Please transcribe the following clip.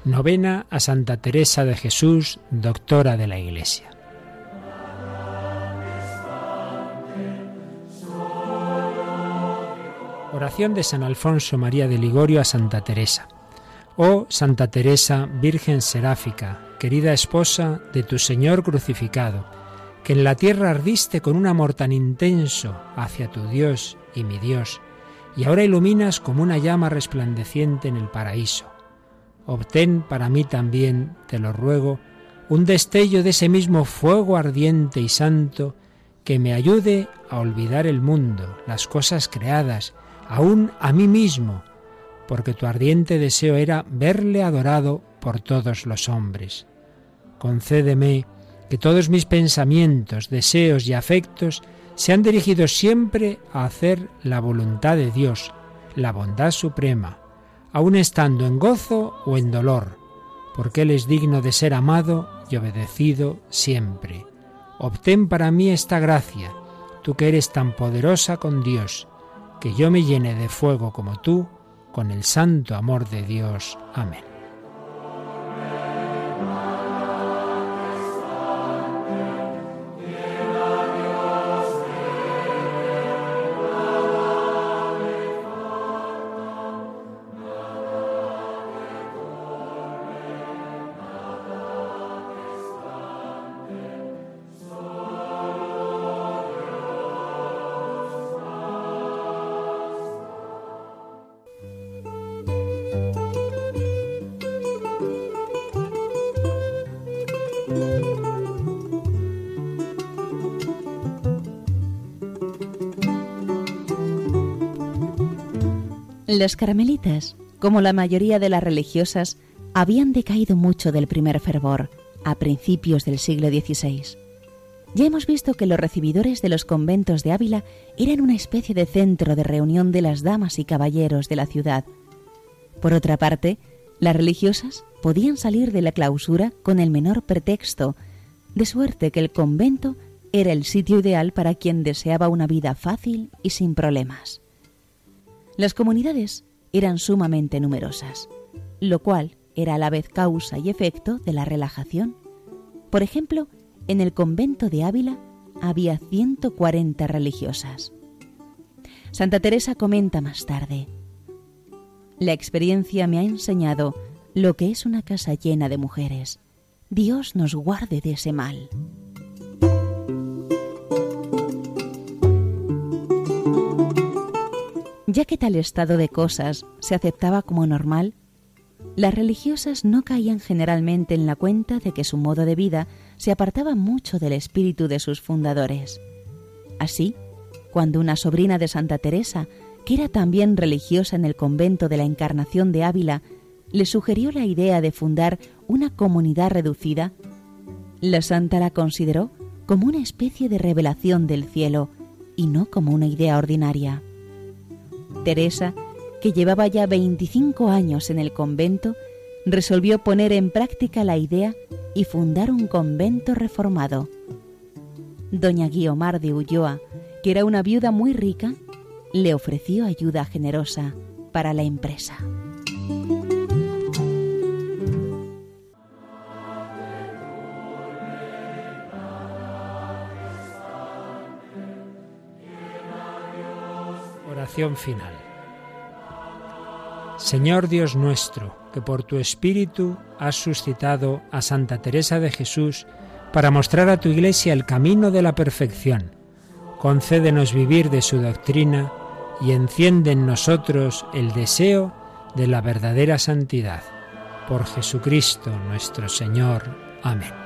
Novena a Santa Teresa de Jesús, doctora de la Iglesia. Oración de San Alfonso María de Ligorio a Santa Teresa. Oh Santa Teresa, Virgen seráfica, querida esposa de tu Señor crucificado, que en la tierra ardiste con un amor tan intenso hacia tu Dios y mi Dios, y ahora iluminas como una llama resplandeciente en el paraíso. Obtén para mí también, te lo ruego, un destello de ese mismo fuego ardiente y santo que me ayude a olvidar el mundo, las cosas creadas, aún a mí mismo, porque tu ardiente deseo era verle adorado por todos los hombres. Concédeme que todos mis pensamientos, deseos y afectos sean dirigidos siempre a hacer la voluntad de Dios, la bondad suprema, aun estando en gozo o en dolor, porque Él es digno de ser amado y obedecido siempre. Obtén para mí esta gracia, tú que eres tan poderosa con Dios, que yo me llene de fuego como tú, con el santo amor de Dios. Amén. Las carmelitas, como la mayoría de las religiosas, habían decaído mucho del primer fervor, a principios del siglo XVI. Ya hemos visto que los recibidores de los conventos de Ávila eran una especie de centro de reunión de las damas y caballeros de la ciudad. Por otra parte, las religiosas podían salir de la clausura con el menor pretexto, de suerte que el convento era el sitio ideal para quien deseaba una vida fácil y sin problemas. Las comunidades eran sumamente numerosas, lo cual era a la vez causa y efecto de la relajación. Por ejemplo, en el convento de Ávila había 140 religiosas. Santa Teresa comenta más tarde: la experiencia me ha enseñado lo que es una casa llena de mujeres. Dios nos guarde de ese mal. Ya que tal estado de cosas se aceptaba como normal, las religiosas no caían generalmente en la cuenta de que su modo de vida se apartaba mucho del espíritu de sus fundadores. Así, cuando una sobrina de Santa Teresa, que era también religiosa en el convento de la Encarnación de Ávila, le sugirió la idea de fundar una comunidad reducida, la santa la consideró como una especie de revelación del cielo y no como una idea ordinaria. Teresa, que llevaba ya 25 años en el convento, resolvió poner en práctica la idea y fundar un convento reformado. Doña Guiomar de Ulloa, que era una viuda muy rica, le ofreció ayuda generosa para la empresa. Oración final. Señor Dios nuestro, que por tu Espíritu has suscitado a Santa Teresa de Jesús para mostrar a tu Iglesia el camino de la perfección, concédenos vivir de su doctrina y enciende en nosotros el deseo de la verdadera santidad. Por Jesucristo nuestro Señor. Amén.